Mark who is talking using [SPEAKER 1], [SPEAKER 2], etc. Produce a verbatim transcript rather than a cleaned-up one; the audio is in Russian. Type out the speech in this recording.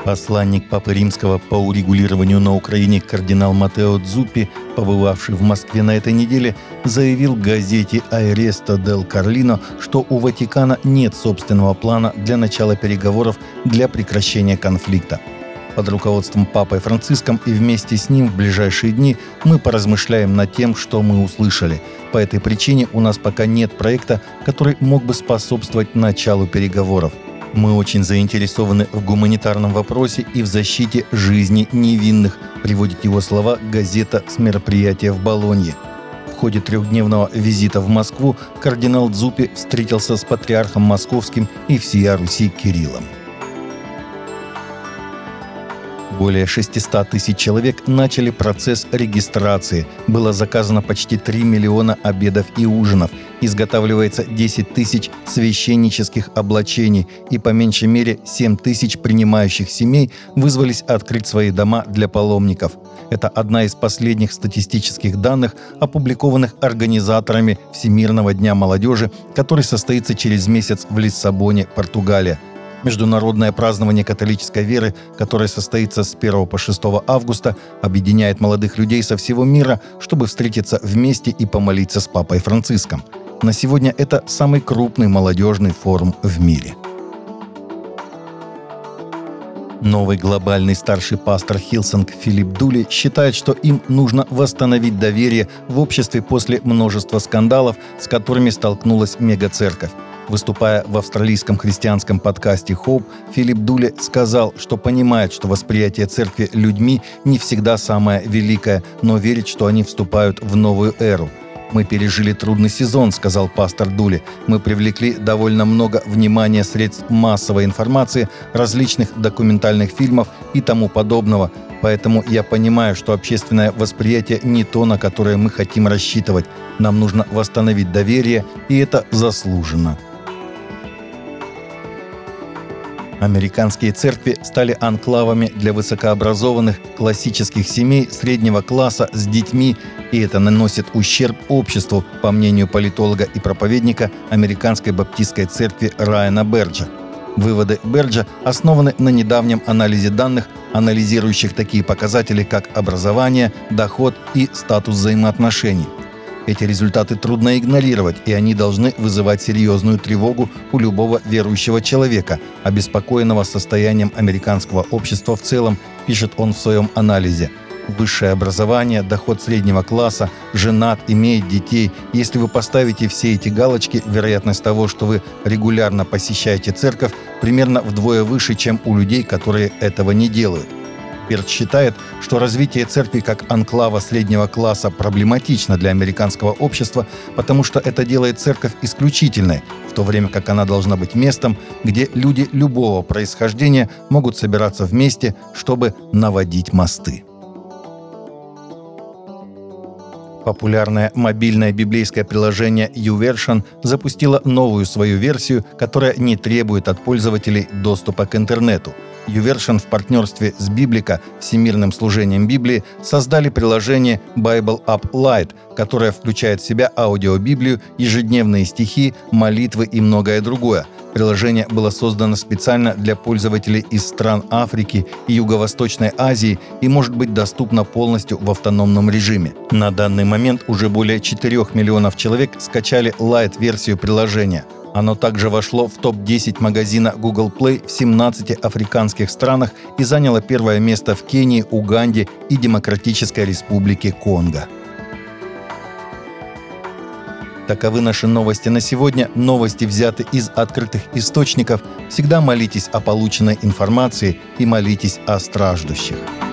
[SPEAKER 1] Посланник Папы Римского по урегулированию на Украине кардинал Матео Дзуппи, побывавший в Москве на этой неделе, заявил газете «Айресто дель Карлино», что у Ватикана нет собственного плана для начала переговоров для прекращения конфликта. Под руководством Папой Франциском и вместе с ним в ближайшие дни мы поразмышляем над тем, что мы услышали. По этой причине у нас пока нет проекта, который мог бы способствовать началу переговоров. Мы очень заинтересованы в гуманитарном вопросе и в защите жизни невинных, приводит его слова газета с мероприятия в Болонье. В ходе трехдневного визита в Москву кардинал Дзуппи встретился с патриархом московским и всея Руси Кириллом. Более шестьсот тысяч человек начали процесс регистрации. Было заказано почти три миллиона обедов и ужинов. Изготавливается десять тысяч священнических облачений. И по меньшей мере семь тысяч принимающих семей вызвались открыть свои дома для паломников. Это одна из последних статистических данных, опубликованных организаторами Всемирного дня молодежи, который состоится через месяц в Лиссабоне, Португалия. Международное празднование католической веры, которое состоится с первого по шестое августа, объединяет молодых людей со всего мира, чтобы встретиться вместе и помолиться с Папой Франциском. На сегодня это самый крупный молодежный форум в мире. Новый глобальный старший пастор Хиллсонг Филипп Дули считает, что им нужно восстановить доверие в обществе после множества скандалов, с которыми столкнулась мегацерковь. Выступая в австралийском христианском подкасте «Хоуп», Филипп Дули сказал, что понимает, что восприятие церкви людьми не всегда самое великое, но верит, что они вступают в новую эру. «Мы пережили трудный сезон», — сказал пастор Дули. «Мы привлекли довольно много внимания средств массовой информации, различных документальных фильмов и тому подобного. Поэтому я понимаю, что общественное восприятие не то, на которое мы хотим рассчитывать. Нам нужно восстановить доверие, и это заслуженно». Американские церкви стали анклавами для высокообразованных классических семей среднего класса с детьми, и это наносит ущерб обществу, по мнению политолога и проповедника Американской баптистской церкви Райана Берджа. Выводы Берджа основаны на недавнем анализе данных, анализирующих такие показатели, как образование, доход и статус взаимоотношений. Эти результаты трудно игнорировать, и они должны вызывать серьезную тревогу у любого верующего человека, обеспокоенного состоянием американского общества в целом, пишет он в своем анализе. Высшее образование, доход среднего класса, женат, имеет детей. Если вы поставите все эти галочки, вероятность того, что вы регулярно посещаете церковь, примерно вдвое выше, чем у людей, которые этого не делают. Бердж считает, что развитие церкви как анклава среднего класса проблематично для американского общества, потому что это делает церковь исключительной, в то время как она должна быть местом, где люди любого происхождения могут собираться вместе, чтобы наводить мосты. Популярное мобильное библейское приложение YouVersion запустило новую свою версию, которая не требует от пользователей доступа к интернету. YouVersion в партнерстве с Библика, Всемирным служением Библии, создали приложение Bible App Lite, которое включает в себя аудиобиблию, ежедневные стихи, молитвы и многое другое. Приложение было создано специально для пользователей из стран Африки и Юго-Восточной Азии и может быть доступно полностью в автономном режиме. На данный момент уже более четырёх миллионов человек скачали Lite-версию приложения. Оно также вошло в топ десять магазина Google Play в семнадцати африканских странах и заняло первое место в Кении, Уганде и Демократической Республике Конго. Таковы наши новости на сегодня. Новости взяты из открытых источников. Всегда молитесь о полученной информации и молитесь о страждущих.